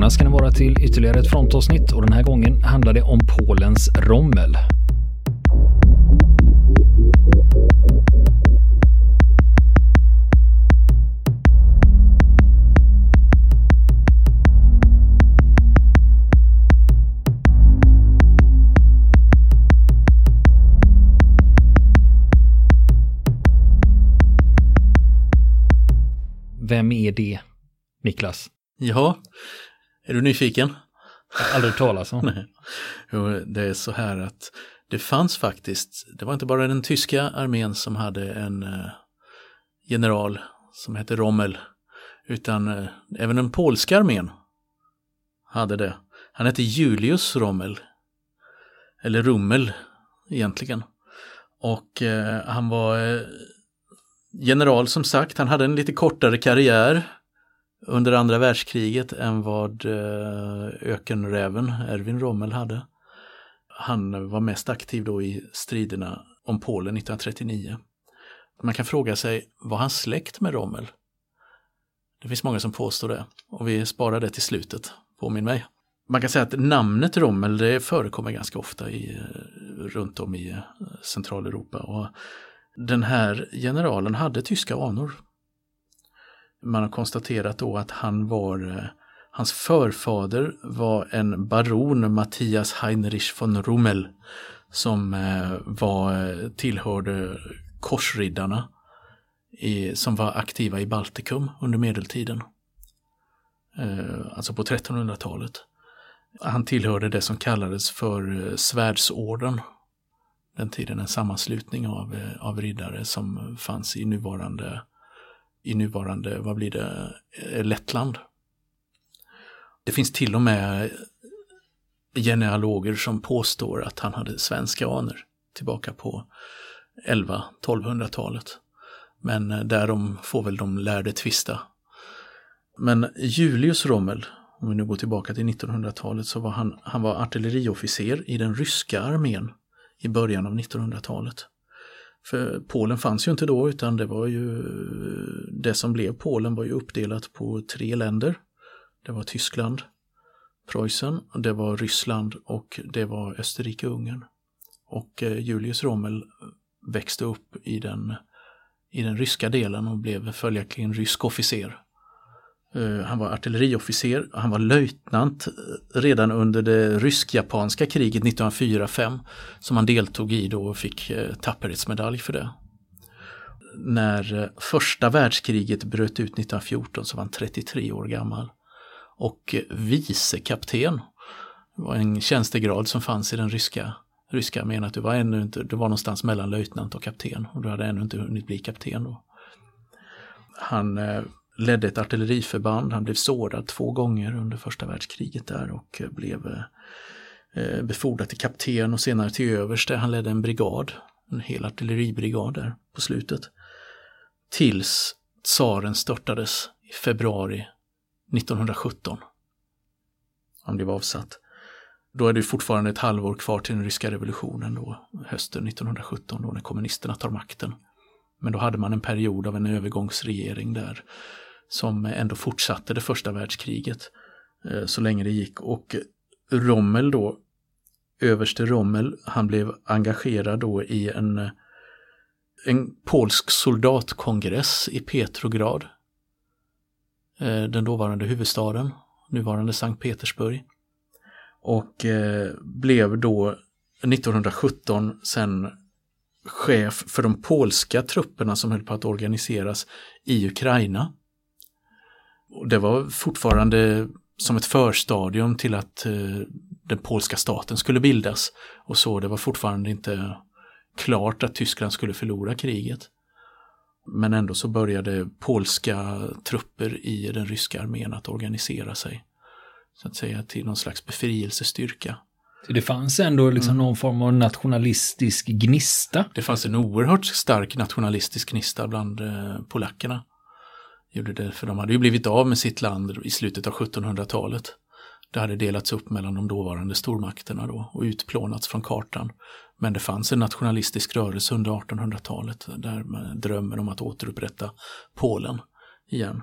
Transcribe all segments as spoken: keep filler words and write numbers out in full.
välkomna ska ni vara till ytterligare ett frontavsnitt och den här gången handlar det om Polens Rommel. Vem är det, Niklas? Ja, är du nyfiken? Jag har aldrig talat om. Nej. Jo, det är så här att det fanns faktiskt, det var inte bara den tyska armén som hade en eh, general som hette Rommel, utan eh, även den polska armén hade det. Han hette Julius Rommel, eller Rummel egentligen. Och eh, han var eh, general som sagt, han hade en lite kortare karriär under andra världskriget än vad ökenräven Erwin Rommel hade. Han var mest aktiv då i striderna om Polen nittonhundratrettionio. Man kan fråga sig, var han släkt med Rommel? Det finns många som påstår det och vi sparar det till slutet, påminn mig. Man kan säga att namnet Rommel det förekommer ganska ofta i, runt om i Centraleuropa och den här generalen hade tyska anor. Man har konstaterat då att han var, hans förfader var en baron Matthias Heinrich von Rummel som var, tillhörde korsriddarna i, som var aktiva i Baltikum under medeltiden. Alltså på trettonhundratalet. Han tillhörde det som kallades för svärdsorden. Den tiden en sammanslutning av, av riddare som fanns i nuvarande i nuvarande, vad blir det, Lettland. Det finns till och med genealoger som påstår att han hade svenska anor tillbaka på elva till tolvhundratalet. Men därom får väl de lärde tvista. Men Julius Rommel, om vi nu går tillbaka till nittonhundratalet, så var han, han var artilleriofficer i den ryska armén i början av nittonhundratalet. För Polen fanns ju inte då, utan det var ju det som blev Polen var ju uppdelat på tre länder. Det var Tyskland, Preussen, det var Ryssland och det var Österrike-Ungern. Och Julius Rommel växte upp i den, i den ryska delen och blev följaktligen rysk officer. Han var artilleriofficer, han var löjtnant redan under det rysk-japanska kriget nittonhundrafyra fem som han deltog i då och fick tapperhetsmedalj för det. När första världskriget bröt ut nittonhundrafjorton så var han trettiotre år gammal och vicekapten var en tjänstegrad som fanns i den ryska ryska armén, att du var ännu inte, du var någonstans mellan löjtnant och kapten och du hade ännu inte hunnit bli kapten då. Han ledde ett artilleriförband, han blev sårad två gånger under första världskriget där och blev eh, befordrad till kapten och senare till överste. Han ledde en brigad, en hel artilleribrigad där på slutet. Tills tsaren störtades i februari nittonhundrasjutton. Han blev avsatt. Då är det fortfarande ett halvår kvar till den ryska revolutionen då, hösten nittonhundrasjutton då när kommunisterna tar makten. Men då hade man en period av en övergångsregering där som ändå fortsatte det första världskriget eh, så länge det gick. Och Rommel då, överste Rommel, han blev engagerad då i en, en polsk soldatkongress i Petrograd. Eh, den dåvarande huvudstaden, nuvarande Sankt Petersburg. Och eh, blev då nittonhundrasjutton sen chef för de polska trupperna som höll på att organiseras i Ukraina. Och det var fortfarande som ett förstadium till att eh, den polska staten skulle bildas. Och så det var fortfarande inte klart att Tyskland skulle förlora kriget. Men ändå så började polska trupper i den ryska armén att organisera sig. Så att säga till någon slags befrielsestyrka. Så det fanns ändå liksom mm. någon form av nationalistisk gnista? Det fanns en oerhört stark nationalistisk gnista bland eh, polackerna. Gjorde det, för de hade ju blivit av med sitt land i slutet av sjuttonhundratalet. Det hade delats upp mellan de dåvarande stormakterna då och utplånats från kartan. Men det fanns en nationalistisk rörelse under artonhundratalet där med drömmen om att återupprätta Polen igen.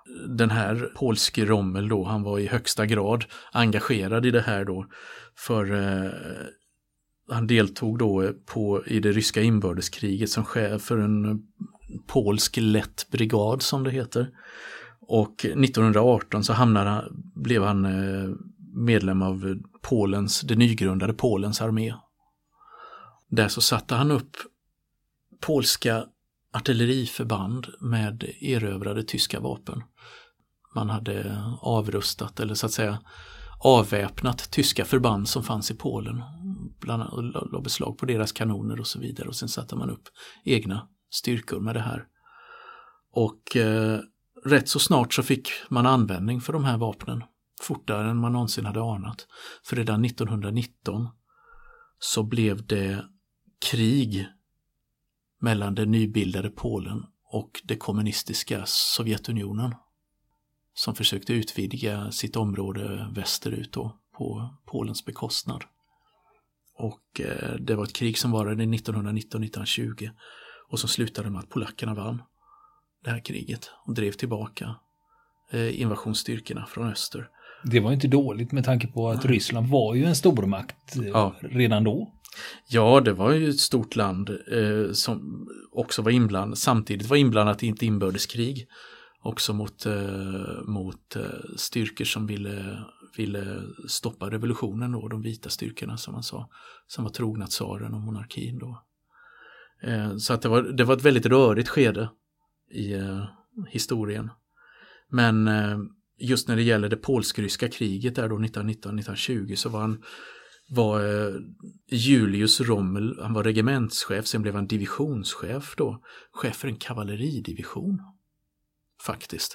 Den här polske Rommel då, han var i högsta grad engagerad i det här då, för eh, han deltog då på, i det ryska inbördeskriget som chef för en polsk lätt brigad som det heter. Och nittonhundraarton så hamnade han, blev han eh, medlem av Polens, det nygrundade Polens armé. Där så satte han upp polska artilleriförband med erövrade tyska vapen. Man hade avrustat eller så att säga avväpnat tyska förband som fanns i Polen. Bland annat la beslag på deras kanoner och så vidare. Och sen satte man upp egna styrkor med det här. Och eh, rätt så snart så fick man användning för de här vapnen. Fortare än man någonsin hade anat. För redan nittonhundranitton så blev det krig mellan det nybildade Polen och det kommunistiska Sovjetunionen som försökte utvidga sitt område västerut då, på Polens bekostnad. Och eh, det var ett krig som varade nittonhundranitton till nittonhundratjugo och som slutade med att polackerna vann det här kriget och drev tillbaka eh, invasionsstyrkorna från öster. Det var inte dåligt med tanke på att Ryssland var ju en stormakt eh, ja. redan då. Ja, det var ju ett stort land eh, som också var inblandat, samtidigt var inblandat i ett inbördeskrig också mot, eh, mot eh, styrkor som ville, ville stoppa revolutionen då, de vita styrkorna som man sa, som var trogna tsaren och monarkin då. Eh, så att det var, det var ett väldigt rörigt skede i eh, historien. Men eh, just när det gäller det polsk-ryska kriget där då nittonhundranitton till nittonhundratjugo så var han var eh, Julius Rommel, han var regementschef, sen blev han divisionschef då, chef för en kavalleridivision faktiskt.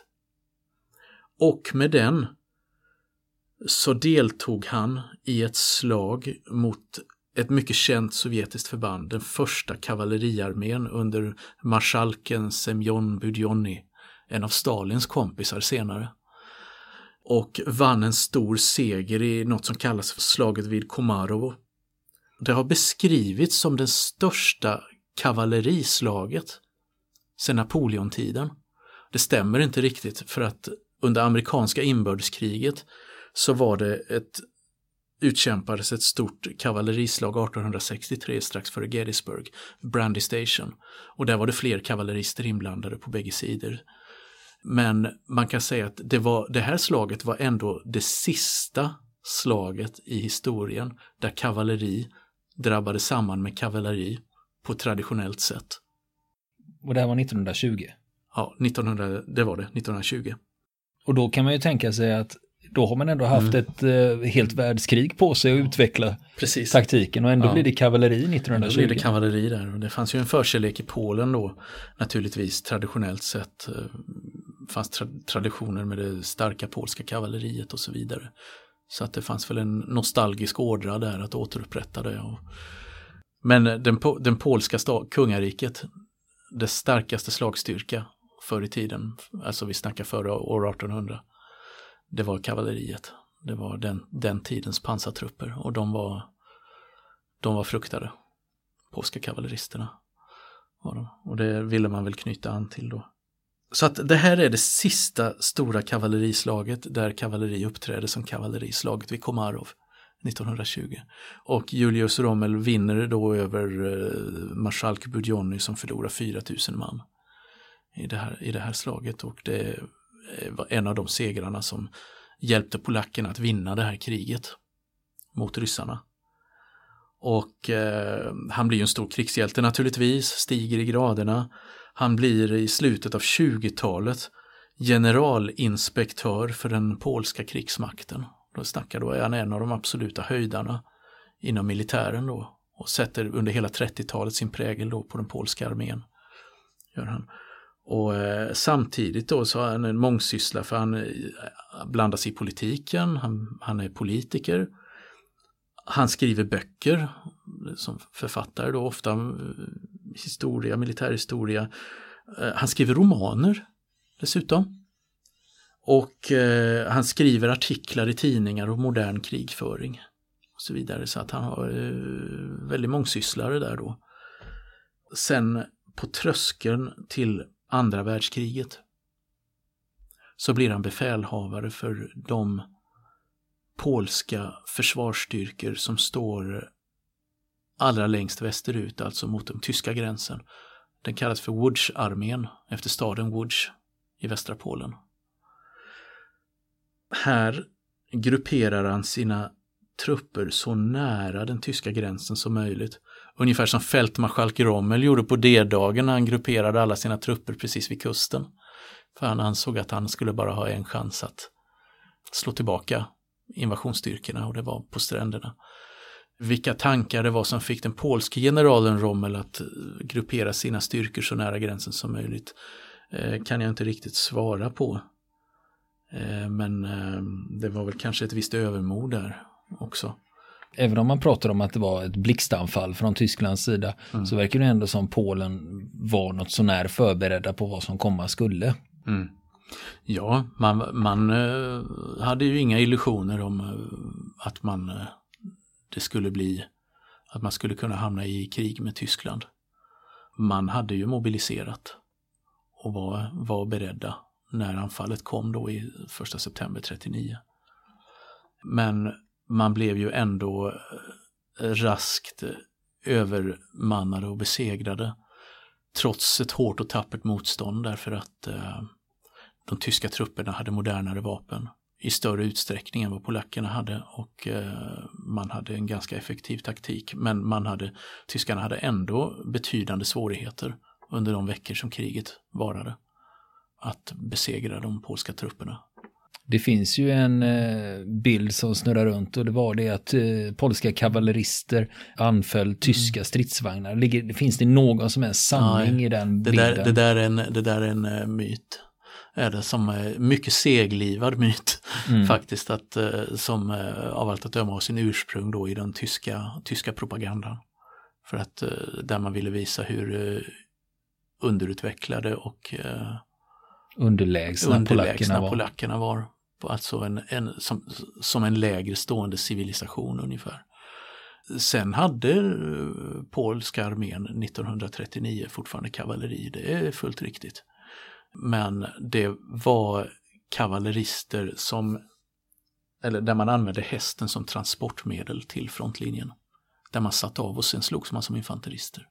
Och med den så deltog han i ett slag mot ett mycket känt sovjetiskt förband, den första kavalleriarmén under marskalken Semyon Budyonny, en av Stalins kompisar senare. Och vann en stor seger i något som kallas för slaget vid Komarovo. Det har beskrivits som det största kavallerislaget sedan Napoleontiden. Det stämmer inte riktigt, för att under amerikanska inbördeskriget så var det ett utkämpades ett stort kavallerislag arton sextiotre strax före Gettysburg, Brandy Station. Och där var det fler kavallerister inblandade på bägge sidor. Men man kan säga att det, var, det här slaget var ändå det sista slaget i historien där kavalleri drabbade samman med kavalleri på traditionellt sätt. Och det här var nittonhundratjugo? Ja, nittonhundra, det var det, nittonhundratjugo. Och då kan man ju tänka sig att då har man ändå haft mm. ett eh, helt världskrig på sig att utveckla Precis. taktiken och ändå ja. blir det kavalleri nittonhundratjugo. Då blir det kavalleri där och det fanns ju en förkärlek i Polen då naturligtvis traditionellt sett. Eh, fanns tra- traditioner med det starka polska kavalleriet och så vidare. Så att det fanns väl en nostalgisk ådra där att återupprätta det. Och... Men den, po- den polska sta- kungariket, det starkaste slagstyrka förr i tiden, alltså vi snackar före år artonhundra, det var kavalleriet. Det var den, den tidens pansartrupper och de var, de var fruktade. Polska kavalleristerna var de. Och det ville man väl knyta an till då. Så att det här är det sista stora kavallerislaget där kavalleri uppträdde som kavallerislaget vid Komarov nittonhundratjugo. Och Julius Rommel vinner då över eh, marskalk Budyonny som förlorar fyra tusen man i det här, i det här slaget. Och det var en av de segrarna som hjälpte polackerna att vinna det här kriget mot ryssarna. Och eh, han blir ju en stor krigshjälte naturligtvis, stiger i graderna. Han blir i slutet av tjugotalet generalinspektör för den polska krigsmakten. Då snackar då är han en av de absoluta höjdarna inom militären då. Och sätter under hela trettiotalet sin prägel då på den polska armén. Gör han. Och eh, samtidigt då så är han en mångsyssla, för han eh, blandas i politiken, han, han är politiker. Han skriver böcker som författare då, ofta eh, historia, militärhistoria. Eh, han skriver romaner dessutom. Och eh, han skriver artiklar i tidningar om modern krigföring och så vidare. Så att han har eh, väldigt mångsysslare där då. Sen på tröskeln till andra världskriget så blir han befälhavare för de polska försvarsstyrkor som står allra längst västerut, alltså mot den tyska gränsen. Den kallas för Łódź-armén efter staden Łódź i västra Polen. Här grupperar han sina trupper så nära den tyska gränsen som möjligt. Ungefär som fältmarskalk Rommel gjorde på D-dagen när han grupperade alla sina trupper precis vid kusten. För han ansåg att han skulle bara ha en chans att slå tillbaka invasionsstyrkorna, och det var på stränderna. Vilka tankar det var som fick den polske generalen Rommel att gruppera sina styrkor så nära gränsen som möjligt eh, kan jag inte riktigt svara på. Eh, men eh, det var väl kanske ett visst övermod där också. Även om man pratar om att det var ett blixtanfall från Tysklands sida mm. så verkar det ändå som Polen var något så när förberedda på vad som komma skulle. Mm. Ja, man, man eh, hade ju inga illusioner om eh, att man eh, det skulle bli att man skulle kunna hamna i krig med Tyskland. Man hade ju mobiliserat och var, var beredda när anfallet kom då i första september trettionio. Men man blev ju ändå raskt övermannade och besegrade trots ett hårt och tappert motstånd, därför att eh, de tyska trupperna hade modernare vapen i större utsträckning än vad polackerna hade, och eh, man hade en ganska effektiv taktik, men man hade, tyskarna hade ändå betydande svårigheter under de veckor som kriget varade att besegra de polska trupperna. Det finns ju en eh, bild som snurrar runt, och det var det att eh, polska kavallerister anföll tyska mm. stridsvagnar. Ligger, finns det någon som är sanning Nej, i den det bilden? Där, det, där är en, det där är en uh, myt. Är det som uh, mycket seglivad myt mm. faktiskt, att uh, som uh, av allt att döma har sin ursprung då i den tyska, tyska propagandan. För att uh, där man ville visa hur uh, underutvecklade och uh, underlägsna, underlägsna polackerna var. polackerna var. Alltså en, en, som, som en lägre stående civilisation ungefär. Sen hade polska armén nittonhundratrettionio fortfarande kavalleri, det är fullt riktigt. Men det var kavallerister som, eller där man använde hästen som transportmedel till frontlinjen. Där man satt av och sen slogs man som infanterister.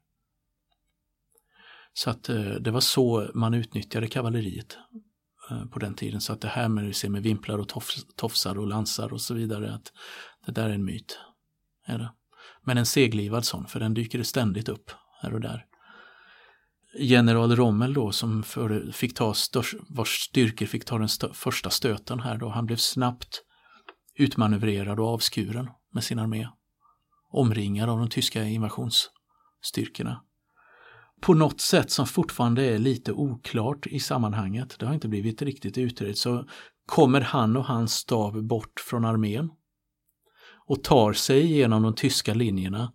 Så att det var så man utnyttjade kavalleriet på den tiden. Så att det här med, du ser med vimplar och tofs, tofsar och lansar och så vidare, att det där är en myt. Är det? Men en seglivad sån, för den dyker ständigt upp här och där. General Rommel då, som för, fick ta störst, vars styrkor fick ta den stö, första stöten här då, han blev snabbt utmanövrerad och avskuren med sin armé. Omringad av de tyska invasionsstyrkorna. På något sätt som fortfarande är lite oklart i sammanhanget, det har inte blivit riktigt utrett, så kommer han och hans stab bort från armén och tar sig genom de tyska linjerna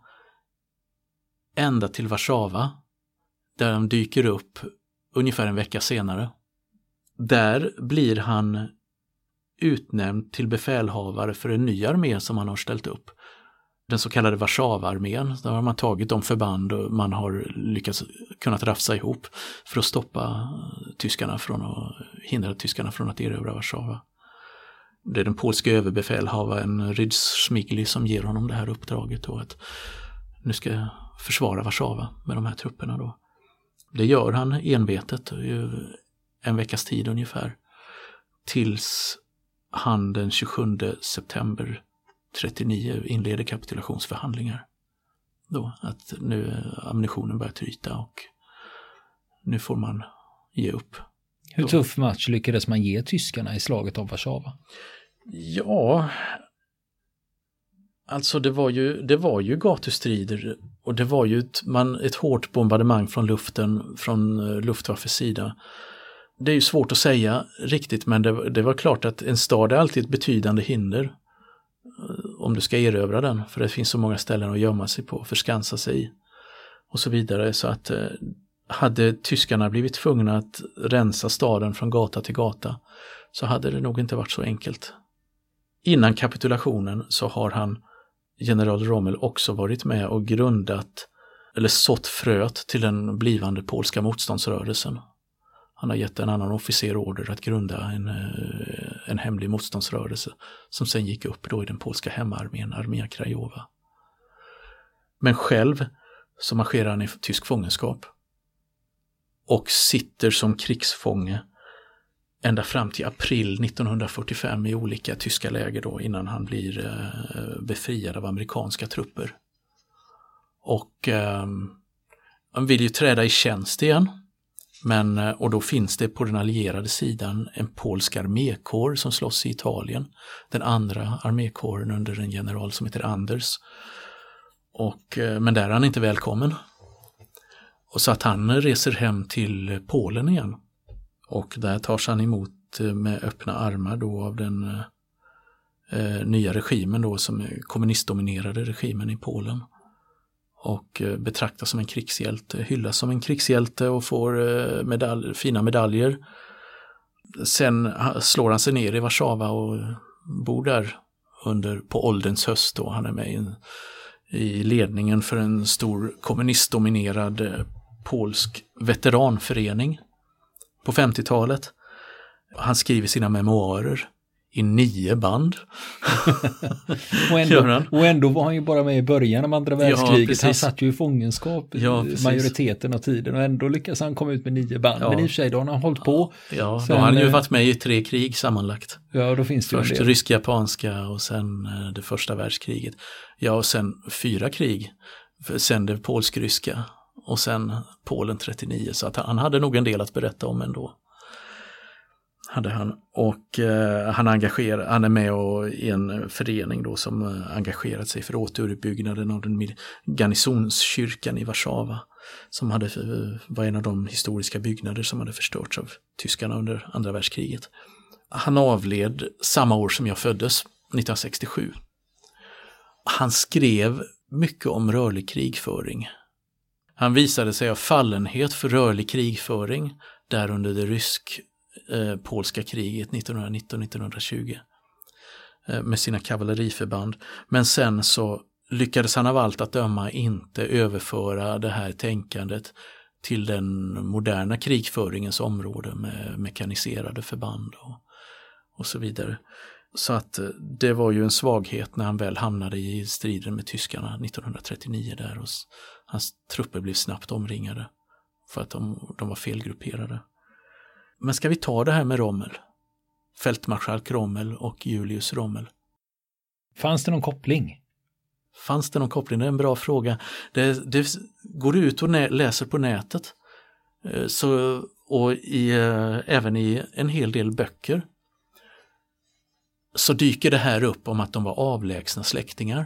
ända till Warszawa, där de dyker upp ungefär en vecka senare. Där blir han utnämnd till befälhavare för en ny armé som han har ställt upp. Den så kallade Warszawa-armén, där har man tagit de förband och man har lyckats kunnat rafsa ihop för att stoppa tyskarna från att hindra tyskarna från att erövra Warszawa. Det är den polska överbefälhavaren Rydzmigli som ger honom det här uppdraget då, att nu ska jag försvara Warszawa med de här trupperna då. Det gör han envetet en veckas tid ungefär, tills han den tjugosjunde september trettionio inleder kapitulationsförhandlingar. Då att nu ammunitionen börjar tryta och nu får man ge upp. Hur tuff match lyckades man ge tyskarna i slaget om Warszawa? Ja, alltså det var ju, det var ju gatustrider, och det var ju ett, man, ett hårt bombardemang från luften, från Luftwaffes sida. Det är ju svårt att säga riktigt, men det, det var klart att en stad är alltid ett betydande hinder om du ska erövra den, för det finns så många ställen att gömma sig på, förskansa sig i och så vidare, så att eh, hade tyskarna blivit tvungna att rensa staden från gata till gata, så hade det nog inte varit så enkelt. Innan kapitulationen så har han, general Rommel, också varit med och grundat eller sått fröet till den blivande polska motståndsrörelsen. Han har gett en annan officer order att grunda en, en hemlig motståndsrörelse som sen gick upp då i den polska hemmaarmén, Armia Krajowa. Men själv så marscherar han i tysk fångenskap och sitter som krigsfånge ända fram till april nittonhundrafyrtiofem i olika tyska läger då, innan han blir eh, befriad av amerikanska trupper. Och eh, han vill ju träda i tjänst igen, men, och då finns det på den allierade sidan en polsk armékår som slåss i Italien, den andra armékåren under en general som heter Anders. Och, eh, men där är han inte välkommen. Och så att han reser hem till Polen igen. Och där tas han emot med öppna armar då av den eh, nya regimen då, som är kommunistdominerade regimen i Polen. Och eh, betraktas som en krigshjälte, hyllas som en krigshjälte och får eh, medalj, fina medaljer. Sen slår han sig ner i Warszawa och bor där under, på ålderns höst då. Han är med i, i ledningen för en stor kommunistdominerad eh, polsk veteranförening på femtiotalet. Han skriver sina memoarer i nio band. och, ändå, och ändå var han ju bara med i början av andra världskriget. Ja, han satt ju i fångenskap ja, majoriteten av tiden och ändå lyckas han komma ut med nio band. Ja. Men i och för sig då har han hållit på. Ja, sen, då har han ju varit med i tre krig sammanlagt. Ja, då finns det Först det rysk-japanska och sen det första världskriget. Ja, och sen fyra krig. Sen det polsk-ryska. Och sen Polen trettionio, så att han hade nog en del att berätta om ändå. Hade han. Och eh, han, engagerar, han är med och, i en förening då som eh, engagerat sig för återuppbyggnaden av den garnisonskyrkan i Warszawa. Som hade, eh, var en av de historiska byggnader som hade förstörts av tyskarna under andra världskriget. Han avled samma år som jag föddes, nittonhundrasextiosju. Han skrev mycket om rörlig krigföring. Han visade sig ha fallenhet för rörlig krigföring där under det rysk-polska kriget nittonhundranitton till nittonhundratjugo eh, med sina kavalleriförband. Men sen så lyckades han av allt att döma inte överföra det här tänkandet till den moderna krigföringens område med mekaniserade förband och, och så vidare. Så att det var ju en svaghet när han väl hamnade i striden med tyskarna nittonhundratrettionio där, och hans trupper blev snabbt omringade för att de, de var felgrupperade. Men ska vi ta det här med Rommel? Fältmarskalk Rommel och Julius Rommel. Fanns det någon koppling? Fanns det någon koppling? Det är en bra fråga. Det, det går ut och nä- läser på nätet så, och i, även i en hel del böcker så dyker det här upp om att de var avlägsna släktingar.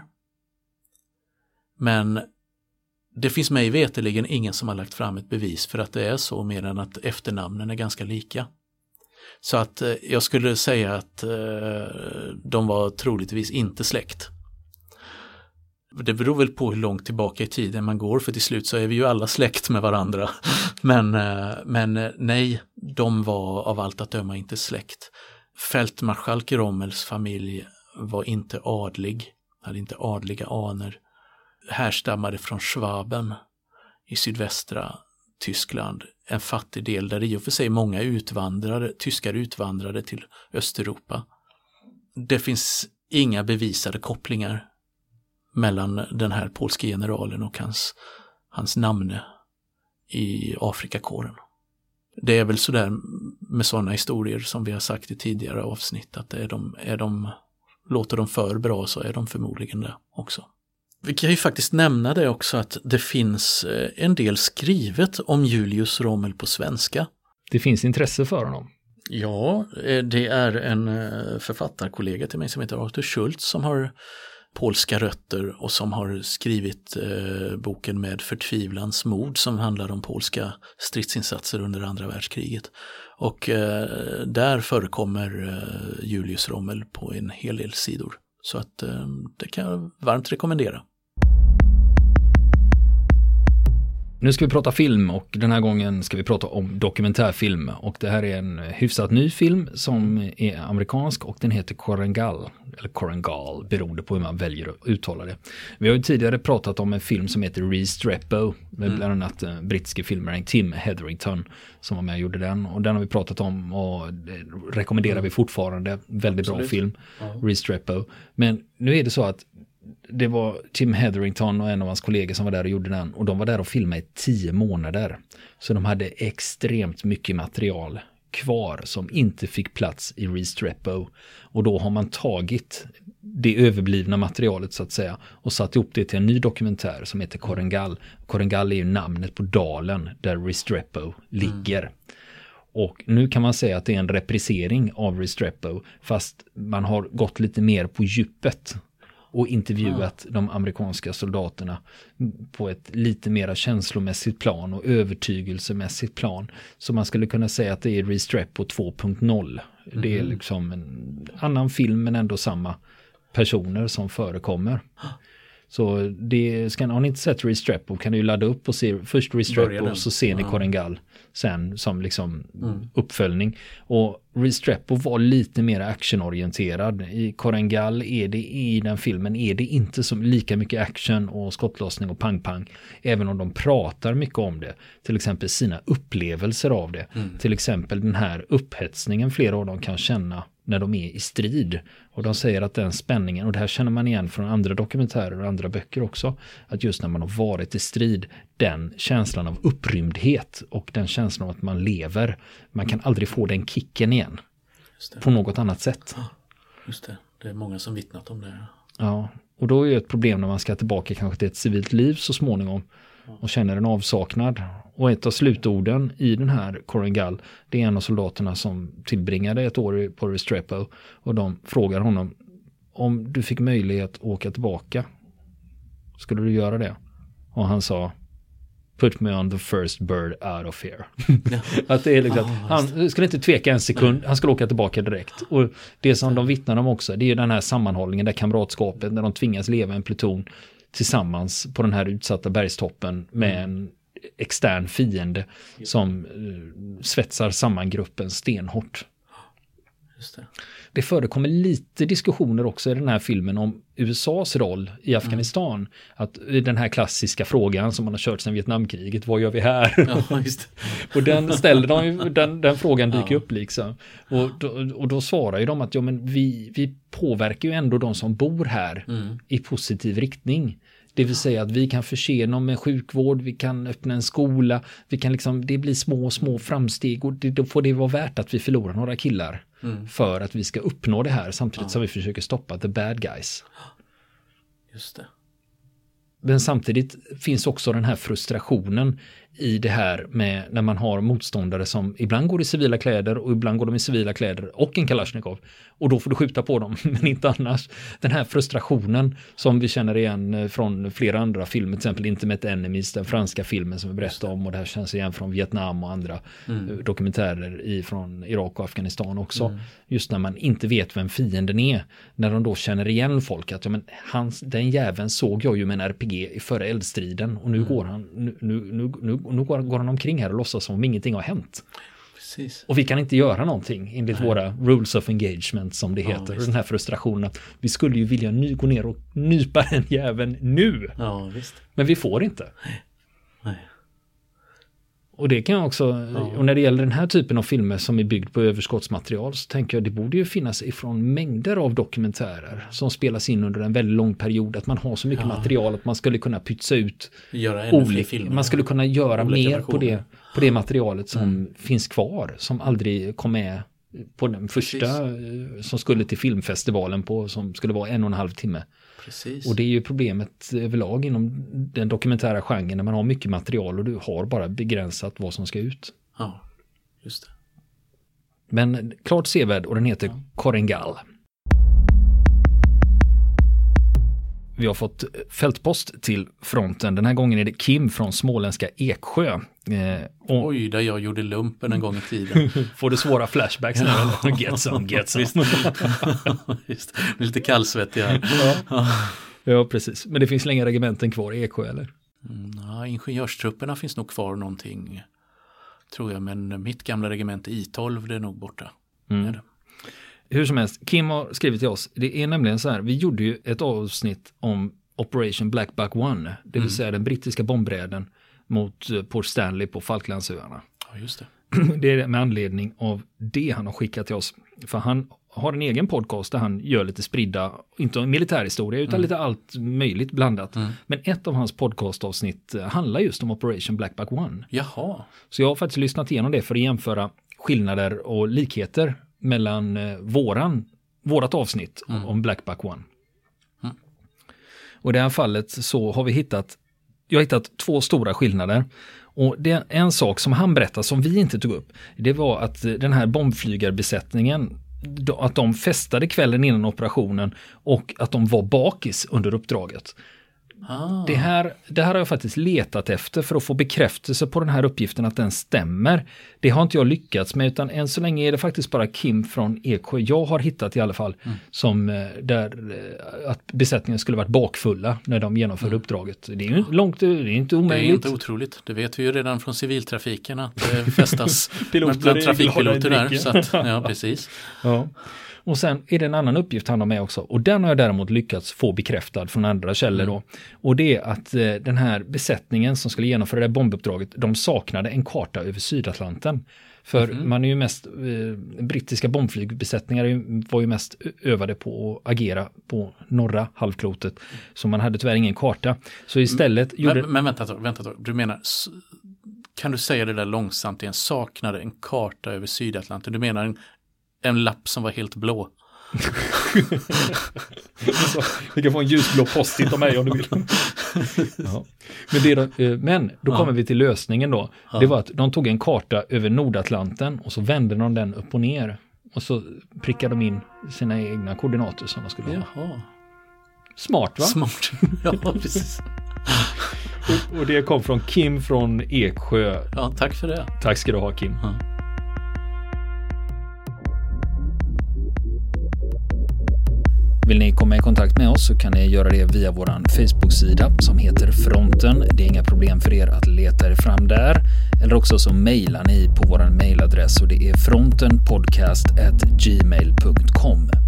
Men det finns mig veterligen ingen som har lagt fram ett bevis för att det är så, mer än att efternamnen är ganska lika. Så att eh, jag skulle säga att eh, de var troligtvis inte släkt. Det beror väl på hur långt tillbaka i tiden man går, för till slut så är vi ju alla släkt med varandra. Men, eh, men eh, nej, de var av allt att döma inte släkt. Fältmarskalk Rommels familj var inte adlig, hade inte adliga aner. Härstammade från Schwaben i sydvästra Tyskland, en fattig del där i och för sig många utvandrare, tyskar utvandrade till Östeuropa. Det finns inga bevisade kopplingar mellan den här polska generalen och hans, hans namne i Afrikakåren. Det är väl sådär med sådana historier som vi har sagt i tidigare avsnitt, att är de, är de, låter de för bra så är de förmodligen det också. Vi kan ju faktiskt nämna det också, att det finns en del skrivet om Julius Rommel på svenska. Det finns intresse för honom. Ja, det är en författarkollega till mig som heter Arthur Schultz som har polska rötter och som har skrivit eh, boken Med förtvivlans mod, som handlar om polska stridsinsatser under andra världskriget. Och eh, där förekommer eh, Julius Rommel på en hel del sidor. Så att eh, det kan jag varmt rekommendera. Nu ska vi prata film och den här gången ska vi prata om dokumentärfilm. Och det här är en hyfsat ny film som är amerikansk och den heter Korengal. Eller Korengal, beroende på hur man väljer att uttala det. Vi har ju tidigare pratat om en film som heter Restrepo med mm. bland annat den brittiske filmaren Tim Hetherington som var med och gjorde den. Och den har vi pratat om och rekommenderar mm. vi fortfarande. Väldigt Absolut. bra film, ja. Restrepo. Men nu är det så att det var Tim Hetherington och en av hans kollegor som var där och gjorde den. Och de var där och filmade i tio månader. Så de hade extremt mycket material kvar som inte fick plats i Restrepo. Och då har man tagit det överblivna materialet så att säga och satt ihop det till en ny dokumentär som heter Korengal. Korengal är ju namnet på dalen där Restrepo ligger. Mm. Och nu kan man säga att det är en reprisering av Restrepo fast man har gått lite mer på djupet och intervjuat ah. de amerikanska soldaterna på ett lite mer känslomässigt plan och övertygelsemässigt plan. Så man skulle kunna säga att det är Restrepo två punkt noll. Mm. Det är liksom en annan film men ändå samma personer som förekommer. Så det ska, har ni inte sett Restrepo kan ni ju ladda upp och se först Restrepo och så ser ni ja. Korengal sen som liksom mm. uppföljning. Och Restrepo var lite mer actionorienterad. I Korengal är det i den filmen är det inte så lika mycket action och skottlossning och pang-pang. Även om de pratar mycket om det. Till exempel sina upplevelser av det. Mm. Till exempel den här upphetsningen flera av dem kan känna när de är i strid. Och de säger att den spänningen, och det här känner man igen från andra dokumentärer och andra böcker också, att just när man har varit i strid, den känslan av upprymdhet och den känslan av att man lever, man kan aldrig få den kicken igen på något annat sätt. Just det, det är många som vittnat om det. Ja, och då är det ett problem när man ska tillbaka kanske till ett civilt liv så småningom och känner en avsaknad. Och ett av slutorden i den här Korengal, det är en av soldaterna som tillbringade ett år på Restrepo och de frågar honom om du fick möjlighet att åka tillbaka, skulle du göra det? Och han sa put me on the first bird out of here. Ja. Att det är liksom, oh, han skulle inte tveka en sekund, Nej. han skulle åka tillbaka direkt. Och det som de vittnar om också, det är ju den här sammanhållningen, det kamratskapet, när de tvingas leva en pluton tillsammans på den här utsatta bergstoppen med mm. en extern fiende som uh, svetsar samman gruppen stenhårt. Just det. Det förekommer lite diskussioner också i den här filmen om U S A:s roll i Afghanistan. Mm. Att den här klassiska frågan som man har kört sedan Vietnamkriget, vad gör vi här? Ja, just. Och den ställer de ju, den, den frågan dyker ja. upp liksom. Och då, och då svarar ju de att ja, men vi, vi påverkar ju ändå de som bor här mm. i positiv riktning. Det vill säga att vi kan förse dem med sjukvård, vi kan öppna en skola, vi kan liksom, det blir små, små framsteg och det, då får det vara värt att vi förlorar några killar mm. för att vi ska uppnå det här samtidigt ja. som vi försöker stoppa the bad guys. Just det. Men samtidigt finns också den här frustrationen i det här med när man har motståndare som ibland går i civila kläder och ibland går de i civila kläder och en Kalashnikov. Och då får du skjuta på dem, men inte annars. Den här frustrationen som vi känner igen från flera andra filmer, till exempel Intimate Enemies, den franska filmen som vi berättade om, och det här känns igen från Vietnam och andra mm. dokumentärer i, från Irak och Afghanistan också. Mm. Just när man inte vet vem fienden är, när de då känner igen folk att ja, men hans, den jäveln såg jag ju med en R P G i förra eldstriden och nu mm. går han nu, nu, nu, nu Och nu går, går han omkring här och låtsas som om ingenting har hänt. Precis. Och vi kan inte göra någonting enligt Nej. våra rules of engagement som det ja, heter. Visst. Den här frustrationen att vi skulle ju vilja ny, gå ner och nypa den jäveln nu. Ja, visst. Men vi får inte. Nej. Och det kan också, ja. och när det gäller den här typen av filmer som är byggd på överskottsmaterial så tänker jag det borde ju finnas ifrån mängder av dokumentärer som spelas in under en väldigt lång period, att man har så mycket ja. material att man skulle kunna pytsa ut olika filmer. Man skulle kunna göra mer versioner. på det, på det materialet som mm. finns kvar, som aldrig kom med på den första Precis. som skulle till filmfestivalen på, som skulle vara en och en halv timme. Precis. Och det är ju problemet överlag inom den dokumentära genren när man har mycket material och du har bara begränsat vad som ska ut. Ja, just det. Men klart sevärd och den heter ja. Korengal. Vi har fått fältpost till fronten. Den här gången är det Kim från småländska Eksjö. Eh, och Oj, där jag gjorde lumpen en gång i tiden. Får du svåra flashbacks nu? Eller? Get some, get some. Just, lite kallsvettig här. Ja. ja, precis. Men det finns länge regementen kvar i Eksjö, eller? Mm, Ja, ingenjörstrupperna finns nog kvar någonting, tror jag, men mitt gamla regemente I tolv, det är nog borta. Mm. Är det. Hur som helst, Kim har skrivit till oss. Det är nämligen så här, vi gjorde ju ett avsnitt om Operation Black Buck One, det vill mm. säga den brittiska bombräden mot Port Stanley på Falklandsöarna. Ja, just det. Det är med anledning av det han har skickat till oss. För han har en egen podcast där han gör lite spridda, inte militärhistoria utan mm. lite allt möjligt blandat. Mm. Men ett av hans podcastavsnitt handlar just om Operation Black Buck One. Jaha. Så jag har faktiskt lyssnat igenom det för att jämföra skillnader och likheter mellan eh, våran, vårat avsnitt mm. om Black Buck One. Mm. Och i det här fallet så har vi hittat, jag har hittat två stora skillnader. Och det är en sak som han berättar som vi inte tog upp. Det var att den här bombflygarbesättningen, att de festade kvällen innan operationen och att de var bakis under uppdraget. Ah. Det, här, det här har jag faktiskt letat efter för att få bekräftelse på den här uppgiften att den stämmer. Det har inte jag lyckats med, utan än så länge är det faktiskt bara Kim från Eksjö jag har hittat i alla fall mm. som där att besättningen skulle varit bakfulla när de genomförde mm. uppdraget. Det är ju långt, det är inte omöjligt. Det är inte otroligt. Det vet vi ju redan från civiltrafiken att det festas bland trafikpiloter där. Så att, ja, precis. Ja. Och sen är det en annan uppgift han har med också. Och den har jag däremot lyckats få bekräftad från andra källor mm. då. Och det är att eh, den här besättningen som skulle genomföra det här bombuppdraget, de saknade en karta över Sydatlanten. För mm. man är ju mest, eh, brittiska bombflygbesättningar var ju mest övade på att agera på norra halvklotet. Så man hade tyvärr ingen karta. Så istället men, gjorde... Men vänta, vänta, du menar... Kan du säga det där långsamt igen? Saknade en karta över Sydatlanten. Du menar en, en lapp som var helt blå. Så, du kan få en ljusblå post-it av mig om du vill. Ja. Men, det då, men då ja. kommer vi till lösningen då. Ja. Det var att de tog en karta över Nordatlanten och så vände de den upp och ner. Och så prickade de in sina egna koordinater som de skulle ha. Jaha. Smart, va? Smart, ja precis. och, och det kom från Kim från Eksjö. Ja, tack för det. Tack ska du ha, Kim. Ja. Vill ni komma i kontakt med oss så kan ni göra det via vår Facebook-sida som heter Fronten. Det är inga problem för er att leta er fram där. Eller också så mejlar ni på vår mejladress och det är frontenpodcast at gmail punkt com.